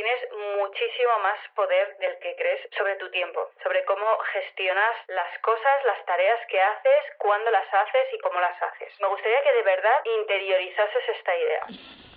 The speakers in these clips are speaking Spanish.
tienes muchísimo más poder del que crees sobre tu tiempo, sobre cómo gestionas las cosas, las tareas que haces, cuándo las haces y cómo las haces. Me gustaría que de verdad interiorizases esta idea.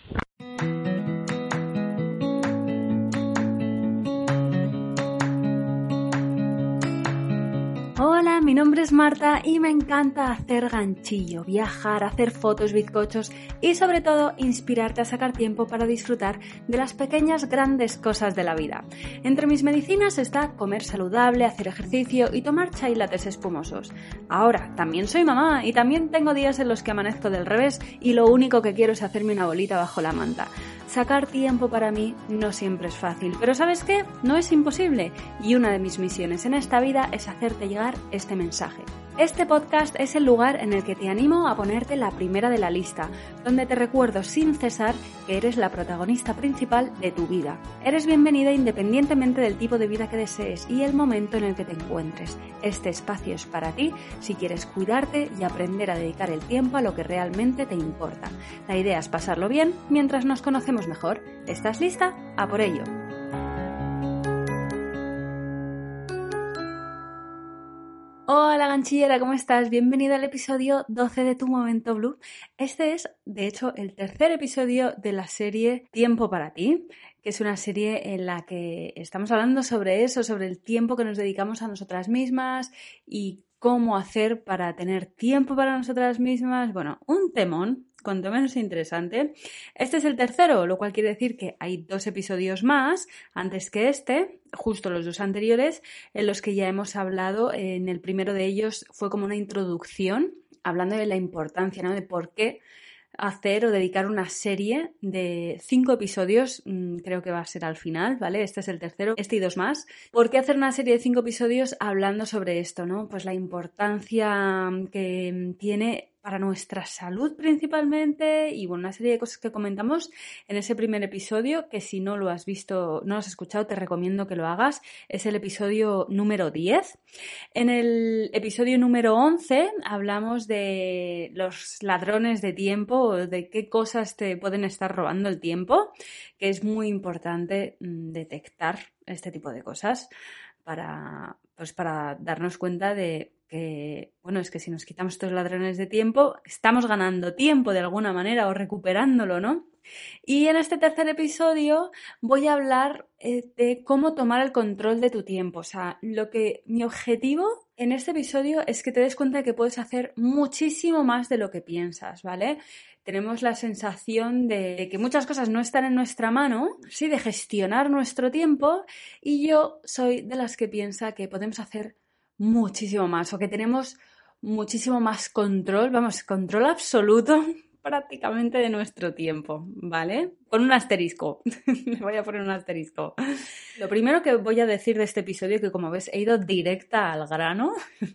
Hola, mi nombre es Marta y me encanta hacer ganchillo, viajar, hacer fotos, bizcochos y sobre todo inspirarte a sacar tiempo para disfrutar de las pequeñas grandes cosas de la vida. Entre mis medicinas está comer saludable, hacer ejercicio y tomar chai lattes espumosos. Ahora, también soy mamá y también tengo días en los que amanezco del revés y lo único que quiero es hacerme una bolita bajo la manta. Sacar tiempo para mí no siempre es fácil, pero ¿sabes qué? No es imposible y una de mis misiones en esta vida es hacerte llegar este mensaje. Este podcast es el lugar en el que te animo a ponerte la primera de la lista, donde te recuerdo sin cesar que eres la protagonista principal de tu vida. Eres bienvenida independientemente del tipo de vida que desees y el momento en el que te encuentres. Este espacio es para ti si quieres cuidarte y aprender a dedicar el tiempo a lo que realmente te importa. La idea es pasarlo bien mientras nos conocemos mejor. ¿Estás lista? ¡A por ello! Hola ganchillera, ¿cómo estás? Bienvenida al episodio 12 de Tu Momento Blue. Este es, de hecho, el tercer episodio de la serie Tiempo para ti, que es una serie en la que estamos hablando sobre eso, sobre el tiempo que nos dedicamos a nosotras mismas y cómo hacer para tener tiempo para nosotras mismas. Bueno, un temón, cuanto menos interesante. Este es el tercero, lo cual quiere decir que hay 2 episodios más antes que este, justo los 2 anteriores, en los que ya hemos hablado. En el primero de ellos fue como una introducción, hablando de la importancia, ¿no? De por qué hacer o dedicar una serie de 5 episodios, creo que va a ser al final, ¿vale? Este es el tercero, este y 2 más. ¿Por qué hacer una serie de 5 episodios hablando sobre esto, ¿no? Pues la importancia que tiene para nuestra salud principalmente y bueno, una serie de cosas que comentamos en ese primer episodio, que si no lo has visto, no lo has escuchado, te recomiendo que lo hagas. Es el episodio número 10. En el episodio número 11 hablamos de los ladrones de tiempo, de qué cosas te pueden estar robando el tiempo, que es muy importante detectar este tipo de cosas para darnos cuenta de que, bueno, es que si nos quitamos estos ladrones de tiempo, estamos ganando tiempo de alguna manera o recuperándolo, ¿no? Y en este tercer episodio voy a hablar de cómo tomar el control de tu tiempo. O sea, mi objetivo en este episodio es que te des cuenta de que puedes hacer muchísimo más de lo que piensas, ¿vale? Tenemos la sensación de que muchas cosas no están en nuestra mano, sí, de gestionar nuestro tiempo, y yo soy de las que piensa que podemos hacer muchísimo más o que tenemos muchísimo más control, control absoluto prácticamente de nuestro tiempo, ¿vale? Con un asterisco, le voy a poner un asterisco. Lo primero que voy a decir de este episodio, que como ves he ido directa al grano,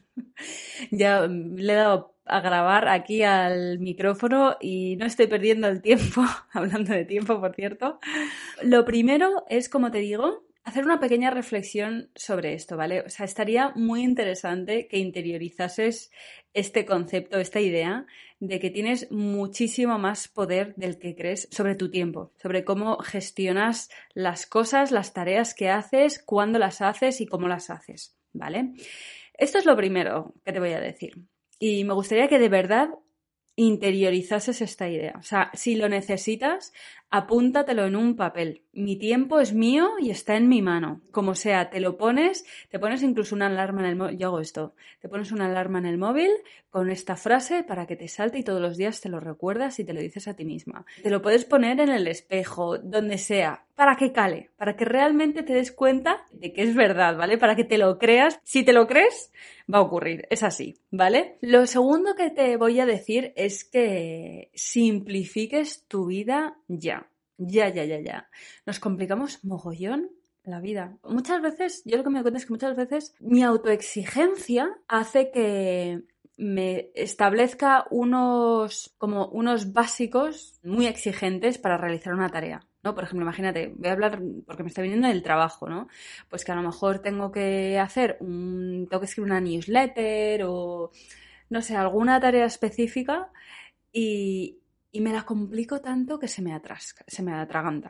ya le he dado a grabar aquí al micrófono y no estoy perdiendo el tiempo, hablando de tiempo, por cierto. Lo primero es, como te digo, hacer una pequeña reflexión sobre esto, ¿vale? O sea, estaría muy interesante que interiorizases este concepto, esta idea de que tienes muchísimo más poder del que crees sobre tu tiempo, sobre cómo gestionas las cosas, las tareas que haces, cuándo las haces y cómo las haces, ¿vale? Esto es lo primero que te voy a decir. Y me gustaría que de verdad interiorizases esta idea. O sea, si lo necesitas, apúntatelo en un papel. Mi tiempo es mío y está en mi mano. Como sea, te pones incluso una alarma en el móvil. Yo hago esto. Te pones una alarma en el móvil con esta frase para que te salte y todos los días te lo recuerdas y te lo dices a ti misma. Te lo puedes poner en el espejo, donde sea, para que cale, para que realmente te des cuenta de que es verdad, ¿vale? Para que te lo creas. Si te lo crees, va a ocurrir. Es así, ¿vale? Lo segundo que te voy a decir es que simplifiques tu vida ya. Ya. Nos complicamos mogollón la vida. Muchas veces, yo lo que me doy cuenta es que muchas veces mi autoexigencia hace que me establezca unos básicos muy exigentes para realizar una tarea, ¿no? Por ejemplo, imagínate, voy a hablar porque me está viniendo del trabajo, ¿no? Pues que a lo mejor tengo que escribir una newsletter o, no sé, alguna tarea específica y me la complico tanto que se me atraganta.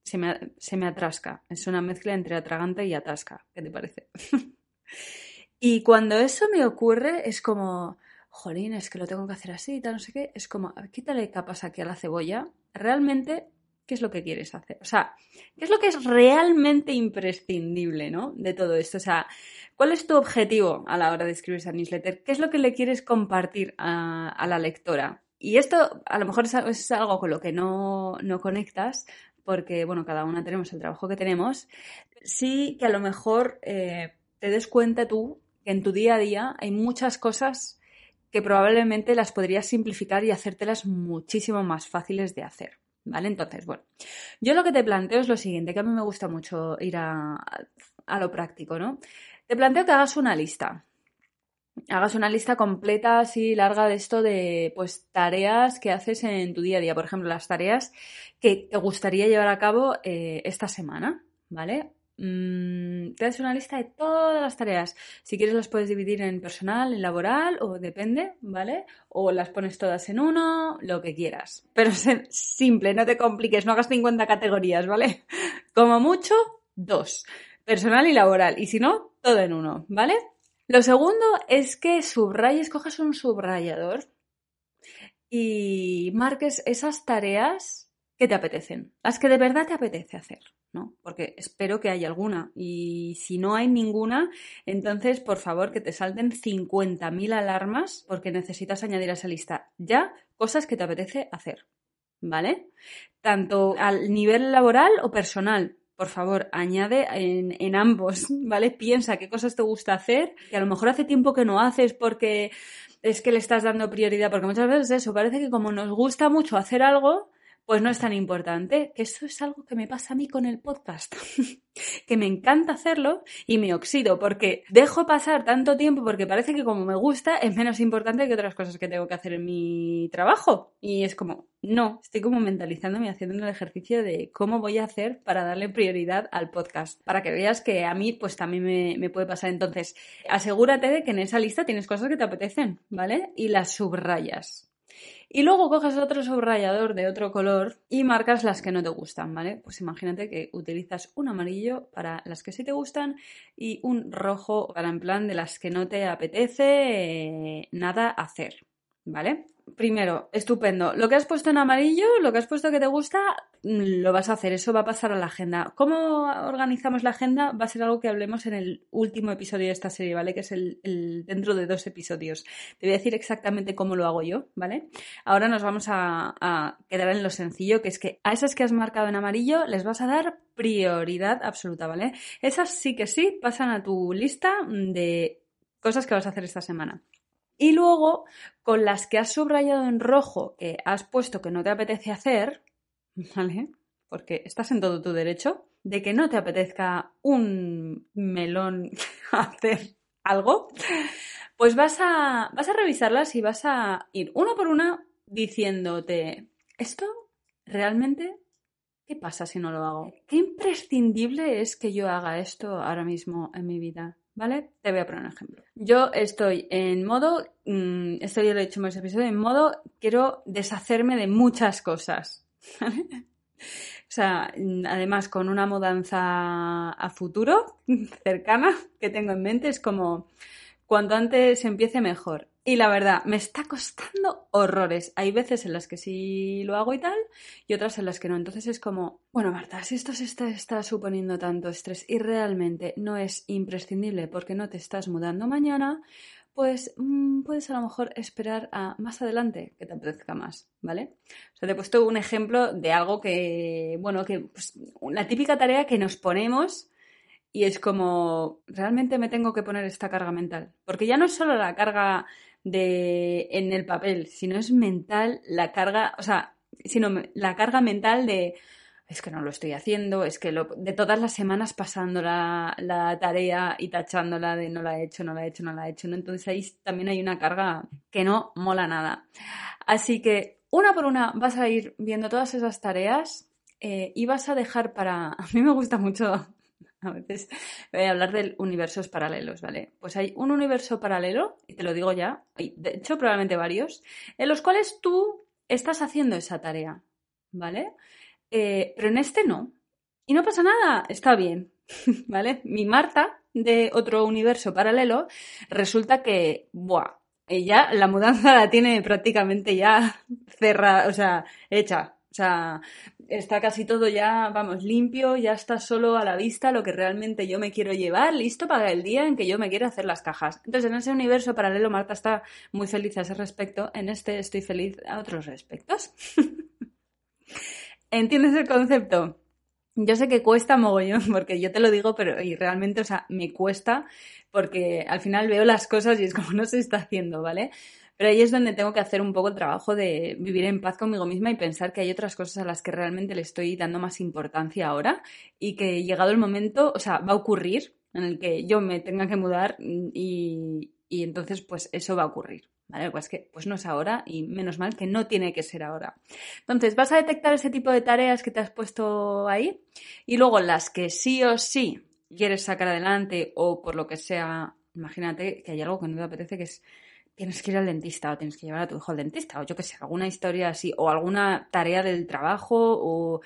se me atrasca. Es una mezcla entre atraganta y atasca. ¿Qué te parece? Y cuando eso me ocurre es como, jolín, es que lo tengo que hacer así y tal, no sé qué. Es como, a ver, quítale capas aquí a la cebolla. Realmente, ¿qué es lo que quieres hacer? O sea, ¿qué es lo que es realmente imprescindible, ¿no? De todo esto. O sea, ¿cuál es tu objetivo a la hora de escribir esa newsletter? ¿Qué es lo que le quieres compartir a la lectora? Y esto a lo mejor es algo con lo que no conectas, porque, bueno, cada una tenemos el trabajo que tenemos. Sí que a lo mejor te des cuenta tú que en tu día a día hay muchas cosas que probablemente las podrías simplificar y hacértelas muchísimo más fáciles de hacer, ¿vale? Entonces, bueno, yo lo que te planteo es lo siguiente, que a mí me gusta mucho ir a lo práctico, ¿no? Te planteo que hagas una lista. Hagas una lista completa, así larga de esto de pues tareas que haces en tu día a día. Por ejemplo, las tareas que te gustaría llevar a cabo esta semana, ¿vale? Te das una lista de todas las tareas. Si quieres las puedes dividir en personal, en laboral, o depende, ¿vale? O las pones todas en uno, lo que quieras. Pero es simple, no te compliques, no hagas 50 categorías, ¿vale? Como mucho, 2. Personal y laboral. Y si no, todo en uno, ¿vale? Lo segundo es que cojas un subrayador y marques esas tareas que te apetecen, las que de verdad te apetece hacer, ¿no? Porque espero que haya alguna y si no hay ninguna, entonces por favor que te salten 50.000 alarmas porque necesitas añadir a esa lista ya cosas que te apetece hacer, ¿vale? Tanto al nivel laboral o personal. Por favor, añade en ambos, ¿vale? Piensa qué cosas te gusta hacer, que a lo mejor hace tiempo que no haces porque es que le estás dando prioridad, porque muchas veces eso, parece que como nos gusta mucho hacer algo, pues no es tan importante, que eso es algo que me pasa a mí con el podcast, que me encanta hacerlo y me oxido porque dejo pasar tanto tiempo porque parece que como me gusta es menos importante que otras cosas que tengo que hacer en mi trabajo y es como, no, estoy como mentalizándome y haciendo el ejercicio de cómo voy a hacer para darle prioridad al podcast, para que veas que a mí pues también me puede pasar. Entonces, asegúrate de que en esa lista tienes cosas que te apetecen, ¿vale? Y las subrayas. Y luego coges otro subrayador de otro color y marcas las que no te gustan, ¿vale? Pues imagínate que utilizas un amarillo para las que sí te gustan y un rojo para en plan de las que no te apetece nada hacer, ¿vale? Primero, estupendo. Lo que has puesto en amarillo, lo que has puesto que te gusta, lo vas a hacer. Eso va a pasar a la agenda. ¿Cómo organizamos la agenda? Va a ser algo que hablemos en el último episodio de esta serie, ¿vale? Que es el dentro de 2 episodios. Te voy a decir exactamente cómo lo hago yo, ¿vale? Ahora nos vamos a quedar en lo sencillo, que es que a esas que has marcado en amarillo les vas a dar prioridad absoluta, ¿vale? Esas sí que sí pasan a tu lista de cosas que vas a hacer esta semana. Y luego, con las que has subrayado en rojo, que has puesto que no te apetece hacer, ¿vale? Porque estás en todo tu derecho de que no te apetezca un melón hacer algo, pues vas a revisarlas y vas a ir una por una diciéndote, ¿esto realmente qué pasa si no lo hago? ¿Qué imprescindible es que yo haga esto ahora mismo en mi vida? ¿Vale? Te voy a poner un ejemplo. Yo estoy en modo, esto ya lo he dicho en varios episodios, en modo quiero deshacerme de muchas cosas. ¿Vale? O sea, además con una mudanza a futuro cercana que tengo en mente, es como cuanto antes empiece mejor. Y la verdad, me está costando horrores. Hay veces en las que sí lo hago y tal, y otras en las que no. Entonces es como, bueno, Marta, si esto se está suponiendo tanto estrés y realmente no es imprescindible porque no te estás mudando mañana, pues puedes a lo mejor esperar a más adelante que te apetezca más, ¿vale? O sea, te he puesto un ejemplo de algo que, bueno, que pues, la típica tarea que nos ponemos y es como, realmente me tengo que poner esta carga mental. Porque ya no es solo la carga en el papel, sino es mental la carga, o sea, sino la carga mental de es que no lo estoy haciendo, es que de todas las semanas pasando la tarea y tachándola de no la he hecho, no la he hecho, no la he hecho, ¿no? Entonces ahí también hay una carga que no mola nada. Así que una por una vas a ir viendo todas esas tareas y vas a dejar para... A mí me gusta mucho... A veces voy a hablar de universos paralelos, ¿vale? Pues hay un universo paralelo, y te lo digo ya, hay de hecho probablemente varios, en los cuales tú estás haciendo esa tarea, ¿vale? Pero en este no. Y no pasa nada, está bien, ¿vale? Mi Marta, de otro universo paralelo, resulta que, ella la mudanza la tiene prácticamente ya cerrada, o sea, hecha. O sea, está casi todo ya, vamos, limpio, ya está solo a la vista lo que realmente yo me quiero llevar, listo para el día en que yo me quiera hacer las cajas. Entonces, en ese universo paralelo, Marta está muy feliz a ese respecto, en este estoy feliz a otros respectos. ¿Entiendes el concepto? Yo sé que cuesta mogollón, porque yo te lo digo, pero y realmente, o sea, me cuesta porque al final veo las cosas y es como no se está haciendo, ¿vale? Pero ahí es donde tengo que hacer un poco el trabajo de vivir en paz conmigo misma y pensar que hay otras cosas a las que realmente le estoy dando más importancia ahora y que llegado el momento, o sea, va a ocurrir en el que yo me tenga que mudar y entonces pues eso va a ocurrir. ¿Vale? Pues que pues no es ahora y menos mal que no tiene que ser ahora. Entonces, vas a detectar ese tipo de tareas que te has puesto ahí y luego las que sí o sí quieres sacar adelante o por lo que sea, imagínate que hay algo que no te apetece que es tienes que ir al dentista o tienes que llevar a tu hijo al dentista o yo qué sé, alguna historia así o alguna tarea del trabajo o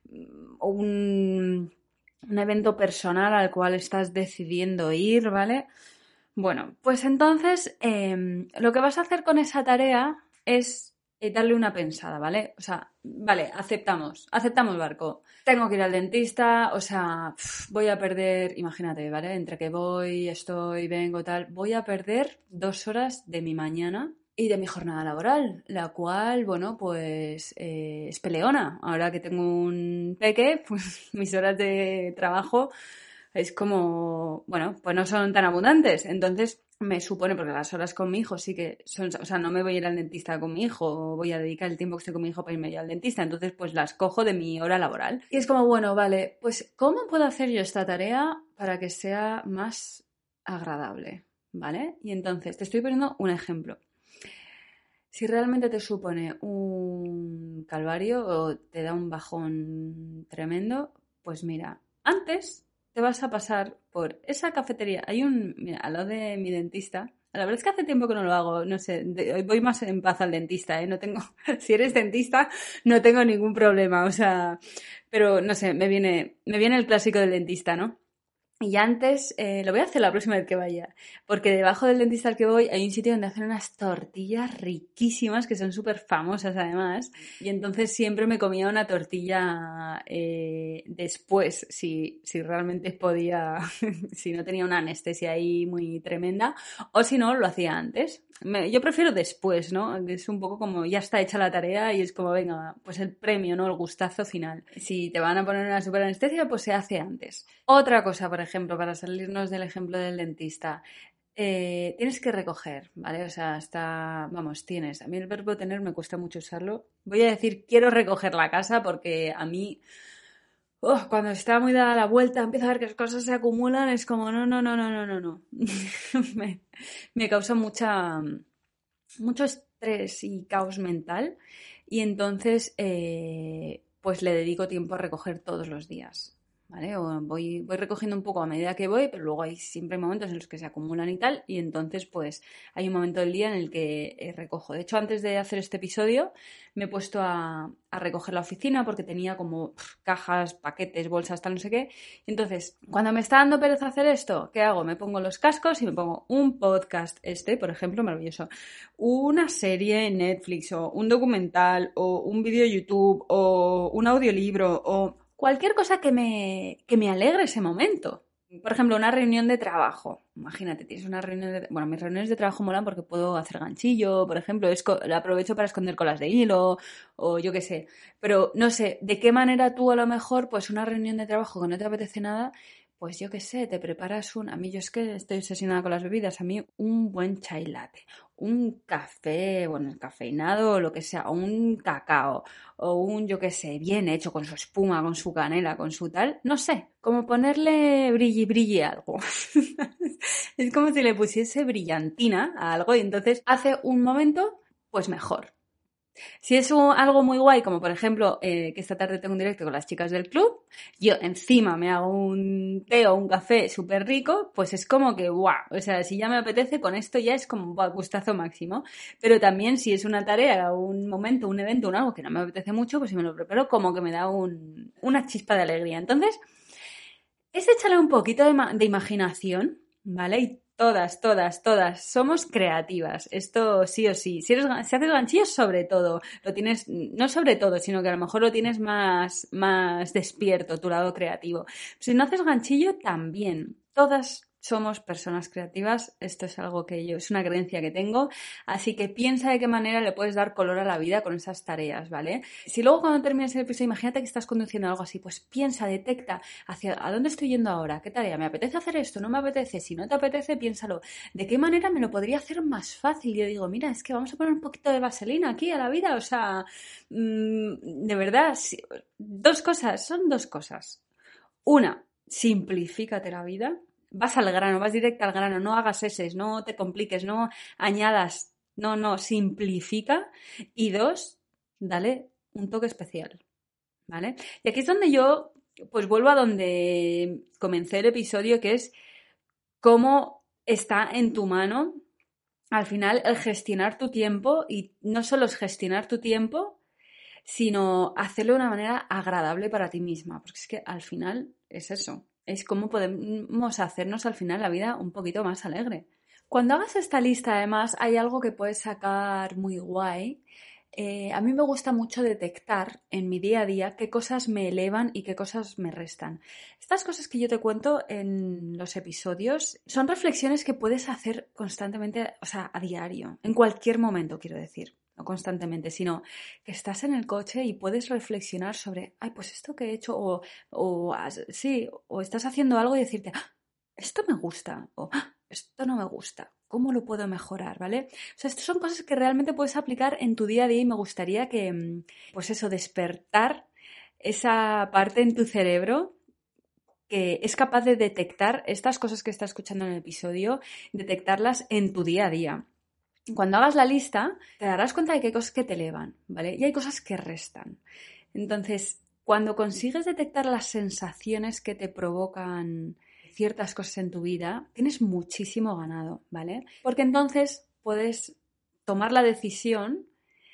un evento personal al cual estás decidiendo ir, ¿vale? Bueno, pues entonces lo que vas a hacer con esa tarea es darle una pensada, ¿vale? O sea, vale, aceptamos barco. Tengo que ir al dentista, o sea, voy a perder, imagínate, ¿vale? Entre que voy, estoy, vengo, tal, voy a perder 2 horas de mi mañana y de mi jornada laboral, la cual, bueno, pues es peleona. Ahora que tengo un peque, pues mis horas de trabajo es como, bueno, pues no son tan abundantes. Entonces me supone, porque las horas con mi hijo sí que son, o sea, no me voy a ir al dentista con mi hijo, voy a dedicar el tiempo que estoy con mi hijo para irme al dentista. Entonces, pues las cojo de mi hora laboral. Y es como, bueno, vale, pues ¿cómo puedo hacer yo esta tarea para que sea más agradable? ¿Vale? Y entonces, te estoy poniendo un ejemplo. Si realmente te supone un calvario o te da un bajón tremendo, pues mira, antes te vas a pasar por esa cafetería. Mira, al lado de mi dentista, la verdad es que hace tiempo que no lo hago, no sé, voy más en paz al dentista, ¿eh? No tengo, si eres dentista, no tengo ningún problema, o sea, pero no sé, me viene el clásico del dentista, ¿no? Y antes, lo voy a hacer la próxima vez que vaya, porque debajo del dentista al que voy hay un sitio donde hacen unas tortillas riquísimas que son súper famosas además, y entonces siempre me comía una tortilla después, si realmente podía, si no tenía una anestesia ahí muy tremenda, o si no, lo hacía antes. Yo prefiero después, ¿no? Es un poco como ya está hecha la tarea y es como, venga, pues el premio, ¿no? El gustazo final. Si te van a poner una super anestesia, pues se hace antes. Otra cosa, por ejemplo, para salirnos del ejemplo del dentista, tienes que recoger, ¿vale? O sea, tienes. A mí el verbo tener me cuesta mucho usarlo. Voy a decir quiero recoger la casa porque a mí cuando está muy dada la vuelta, empiezo a ver que las cosas se acumulan, es como no. me causa mucho estrés y caos mental y entonces pues le dedico tiempo a recoger todos los días. ¿Vale? O voy recogiendo un poco a medida que voy, pero luego hay siempre momentos en los que se acumulan y tal, y entonces pues hay un momento del día en el que recojo. De hecho, antes de hacer este episodio me he puesto a recoger la oficina porque tenía como cajas, paquetes, bolsas, tal, no sé qué. Entonces, cuando me está dando pereza hacer esto, ¿qué hago? Me pongo los cascos y me pongo un podcast, por ejemplo, maravilloso, una serie en Netflix o un documental o un vídeo de YouTube o un audiolibro o cualquier cosa que me alegre ese momento. Por ejemplo, una reunión de trabajo. Imagínate, tienes una reunión de... Bueno, mis reuniones de trabajo molan porque puedo hacer ganchillo, por ejemplo. La aprovecho para esconder colas de hilo o yo qué sé. Pero no sé, ¿de qué manera tú a lo mejor, pues una reunión de trabajo que no te apetece nada, pues yo qué sé, te preparas a mí yo es que estoy obsesionada con las bebidas, a mí un buen chai latte, un café, bueno, el cafeinado o lo que sea, o un cacao, o un, yo qué sé, bien hecho, con su espuma, con su canela, con su tal, no sé, como ponerle brilli a algo. Es como si le pusiese brillantina a algo y entonces hace un momento, pues mejor. Si es algo muy guay, como por ejemplo que esta tarde tengo un directo con las chicas del club, yo encima me hago un té o un café súper rico, pues es como que guau, o sea, si ya me apetece, con esto ya es como un gustazo máximo. Pero también si es una tarea, un momento, un evento, algo que no me apetece mucho, pues si me lo preparo como que me da una chispa de alegría. Entonces, es echarle un poquito de imaginación, ¿vale? Y todas somos creativas. Esto sí o sí. Si haces ganchillos, sobre todo. Lo tienes, no sobre todo, sino que a lo mejor lo tienes más despierto, tu lado creativo. Si no haces ganchillo, también. Todas somos personas creativas. Esto es algo que es una creencia que tengo. Así que piensa de qué manera le puedes dar color a la vida con esas tareas, ¿vale? Si luego cuando termines el episodio, imagínate que estás conduciendo algo así, pues piensa, detecta ¿a dónde estoy yendo ahora? ¿Qué tarea? ¿Me apetece hacer esto? ¿No me apetece? Si no te apetece, piénsalo. ¿De qué manera me lo podría hacer más fácil? Yo digo, mira, es que vamos a poner un poquito de vaselina aquí a la vida. O sea, de verdad, son dos cosas. Una, simplifícate la vida. Vas al grano, vas directa al grano, no hagas eses, no te compliques, no añadas, no, simplifica. Y dos, dale un toque especial, ¿vale? Y aquí es donde yo, pues vuelvo a donde comencé el episodio, que es cómo está en tu mano, al final, el gestionar tu tiempo, y no solo es gestionar tu tiempo, sino hacerlo de una manera agradable para ti misma, porque es que al final es eso, es cómo podemos hacernos al final la vida un poquito más alegre. Cuando hagas esta lista, además, hay algo que puedes sacar muy guay. A mí me gusta mucho detectar en mi día a día qué cosas me elevan y qué cosas me restan. Estas cosas que yo te cuento en los episodios son reflexiones que puedes hacer constantemente, o sea, a diario, en cualquier momento, quiero decir. No constantemente, sino que estás en el coche y puedes reflexionar sobre, ay, pues esto que he hecho, sí, o estás haciendo algo y decirte, "Ah, esto me gusta, o "Ah, esto no me gusta, ¿cómo lo puedo mejorar?", ¿vale? O sea, estas son cosas que realmente puedes aplicar en tu día a día y me gustaría que, pues eso, despertar esa parte en tu cerebro que es capaz de detectar estas cosas que estás escuchando en el episodio, detectarlas en tu día a día. Cuando hagas la lista, te darás cuenta de que hay cosas que te elevan, ¿vale? Y hay cosas que restan. Entonces, cuando consigues detectar las sensaciones que te provocan ciertas cosas en tu vida, tienes muchísimo ganado, ¿vale? Porque entonces puedes tomar la decisión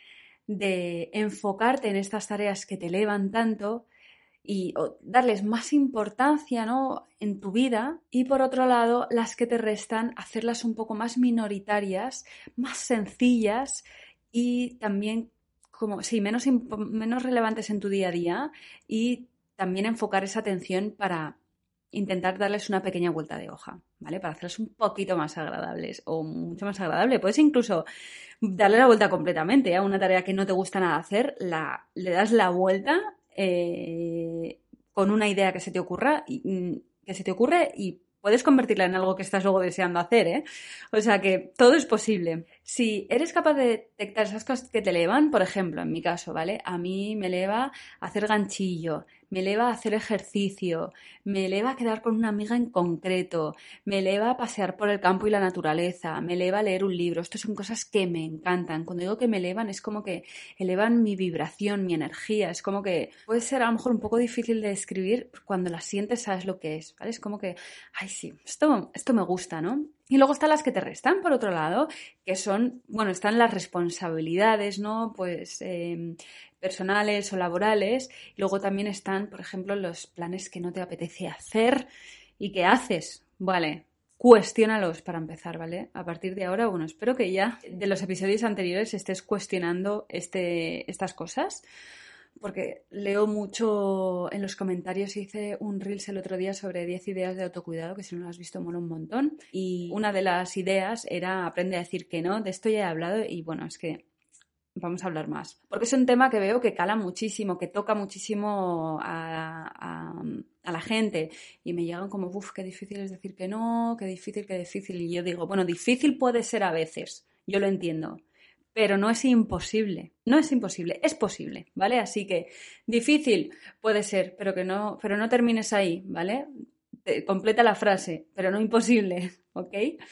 de enfocarte en estas tareas que te elevan tanto y darles más importancia, ¿no?, en tu vida, y por otro lado las que te restan, hacerlas un poco más minoritarias, más sencillas y también como sí, menos relevantes en tu día a día, y también enfocar esa atención para intentar darles una pequeña vuelta de hoja, ¿vale? Para hacerlas un poquito más agradables o mucho más agradable. Puedes incluso darle la vuelta completamente a una tarea que no te gusta nada hacer, le das la vuelta con una idea que se te ocurra que se te ocurre, y puedes convertirla en algo que estás luego deseando hacer, ¿eh? O sea que todo es posible. Si eres capaz de detectar esas cosas que te elevan, por ejemplo, en mi caso, ¿vale? A mí me eleva hacer ganchillo, me eleva hacer ejercicio, me eleva quedar con una amiga en concreto, me eleva pasear por el campo y la naturaleza, me eleva leer un libro. Estas son cosas que me encantan. Cuando digo que me elevan, es como que elevan mi vibración, mi energía. Es como que puede ser a lo mejor un poco difícil de describir, cuando las sientes sabes lo que es, ¿vale? Es como que, ay, sí, esto me gusta, ¿no? Y luego están las que te restan, por otro lado, que son, bueno, están las responsabilidades, ¿no? Pues personales o laborales. Y luego también están, por ejemplo, los planes que no te apetece hacer y que haces, ¿vale? Cuestiónalos para empezar, ¿vale? A partir de ahora, bueno, espero que ya de los episodios anteriores estés cuestionando estas cosas, porque leo mucho en los comentarios. Hice un reels el otro día sobre 10 ideas de autocuidado, que si no lo has visto mola un montón, y una de las ideas era aprende a decir que no. De esto ya he hablado y bueno, es que vamos a hablar más, porque es un tema que veo que cala muchísimo, que toca muchísimo a la gente, y me llegan como, uff, qué difícil es decir que no, qué difícil, y yo digo, bueno, difícil puede ser a veces, yo lo entiendo, pero no es imposible, es posible, ¿vale? Así que difícil puede ser, pero no termines ahí, ¿vale? Completa la frase, pero no imposible, ¿ok?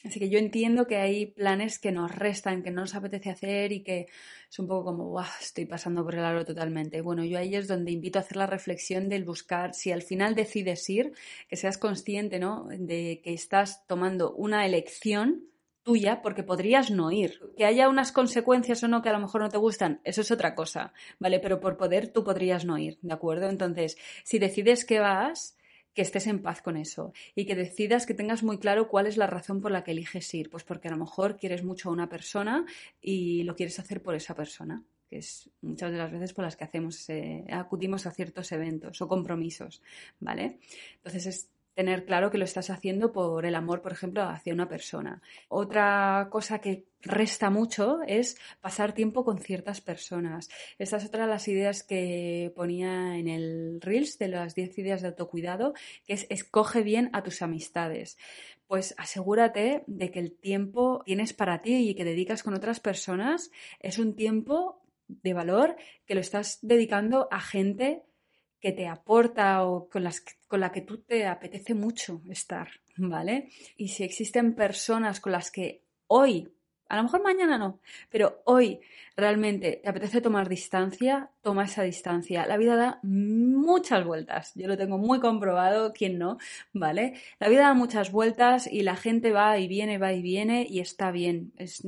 Así que yo entiendo que hay planes que nos restan, que no nos apetece hacer y que es un poco como, ¡guau!, estoy pasando por el aro totalmente. Bueno, yo ahí es donde invito a hacer la reflexión del buscar, si al final decides ir, que seas consciente, ¿no?, de que estás tomando una elección tuya, porque podrías no ir. Que haya unas consecuencias o no que a lo mejor no te gustan, eso es otra cosa, ¿vale? Pero por poder tú podrías no ir, ¿de acuerdo? Entonces, si decides que vas, que estés en paz con eso y que decidas, que tengas muy claro cuál es la razón por la que eliges ir. Pues porque a lo mejor quieres mucho a una persona y lo quieres hacer por esa persona, que es muchas de las veces por las que acudimos a ciertos eventos o compromisos, ¿vale? Entonces es tener claro que lo estás haciendo por el amor, por ejemplo, hacia una persona. Otra cosa que resta mucho es pasar tiempo con ciertas personas. Esta es otra de las ideas que ponía en el Reels de las 10 ideas de autocuidado, que es escoge bien a tus amistades. Pues asegúrate de que el tiempo que tienes para ti y que dedicas con otras personas es un tiempo de valor que lo estás dedicando a gente que te aporta o con la que tú te apetece mucho estar, ¿vale? Y si existen personas con las que hoy, a lo mejor mañana no, pero hoy realmente te apetece tomar distancia, toma esa distancia. La vida da muchas vueltas, yo lo tengo muy comprobado, ¿quién no? ¿Vale? La vida da muchas vueltas y la gente va y viene y está bien.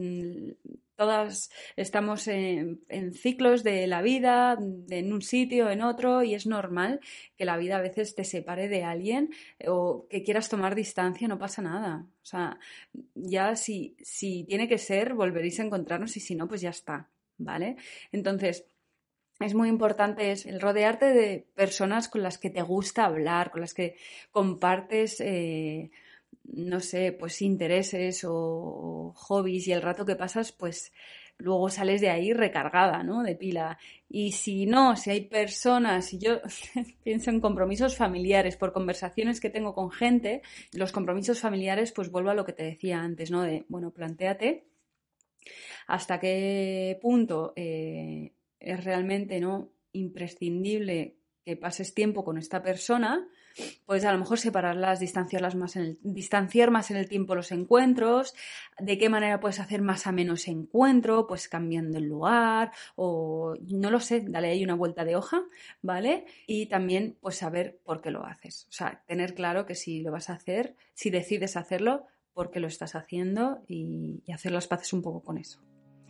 Todas estamos en ciclos de la vida, en un sitio, en otro, y es normal que la vida a veces te separe de alguien o que quieras tomar distancia, no pasa nada. O sea, ya si tiene que ser, volveréis a encontrarnos y si no, pues ya está, ¿vale? Entonces, es muy importante el rodearte de personas con las que te gusta hablar, con las que compartes no sé, pues intereses o hobbies, y el rato que pasas, pues luego sales de ahí recargada, ¿no?, de pila. Y si no, si hay personas, y yo pienso en compromisos familiares, por conversaciones que tengo con gente, los compromisos familiares, pues vuelvo a lo que te decía antes, ¿no?, de, bueno, plantéate hasta qué punto es realmente, ¿no?, imprescindible que pases tiempo con esta persona. Pues a lo mejor separarlas, distanciar más en el tiempo los encuentros, de qué manera puedes hacer más ameno ese encuentro, pues cambiando el lugar o no lo sé, dale ahí una vuelta de hoja, ¿vale? Y también pues saber por qué lo haces, o sea, tener claro que si lo vas a hacer, si decides hacerlo, por qué lo estás haciendo y hacer las paces un poco con eso.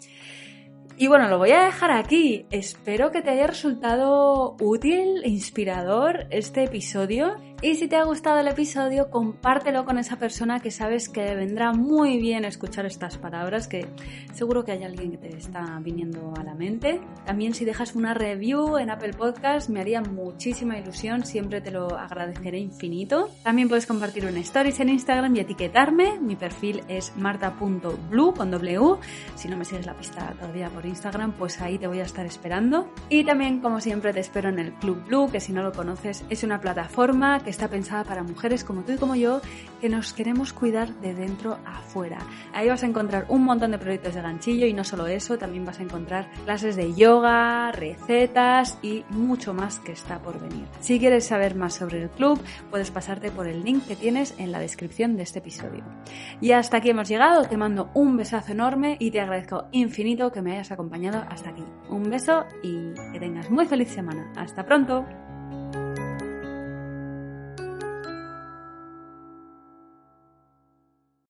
Y bueno, lo voy a dejar aquí. Espero que te haya resultado útil e inspirador este episodio. Y si te ha gustado el episodio, compártelo con esa persona que sabes que vendrá muy bien escuchar estas palabras, que seguro que hay alguien que te está viniendo a la mente. También si dejas una review en Apple Podcast me haría muchísima ilusión, siempre te lo agradeceré infinito. También puedes compartir un stories en Instagram y etiquetarme. Mi perfil es marta.blue con W. Si no me sigues la pista todavía por Instagram, pues ahí te voy a estar esperando. Y también, como siempre, te espero en el Club Blue, que si no lo conoces es una plataforma que está pensada para mujeres como tú y como yo, que nos queremos cuidar de dentro a fuera. Ahí vas a encontrar un montón de proyectos de ganchillo y no solo eso, también vas a encontrar clases de yoga, recetas y mucho más que está por venir. Si quieres saber más sobre el club, puedes pasarte por el link que tienes en la descripción de este episodio. Y hasta aquí hemos llegado, te mando un besazo enorme y te agradezco infinito que me hayas acompañado hasta aquí. Un beso y que tengas muy feliz semana. ¡Hasta pronto!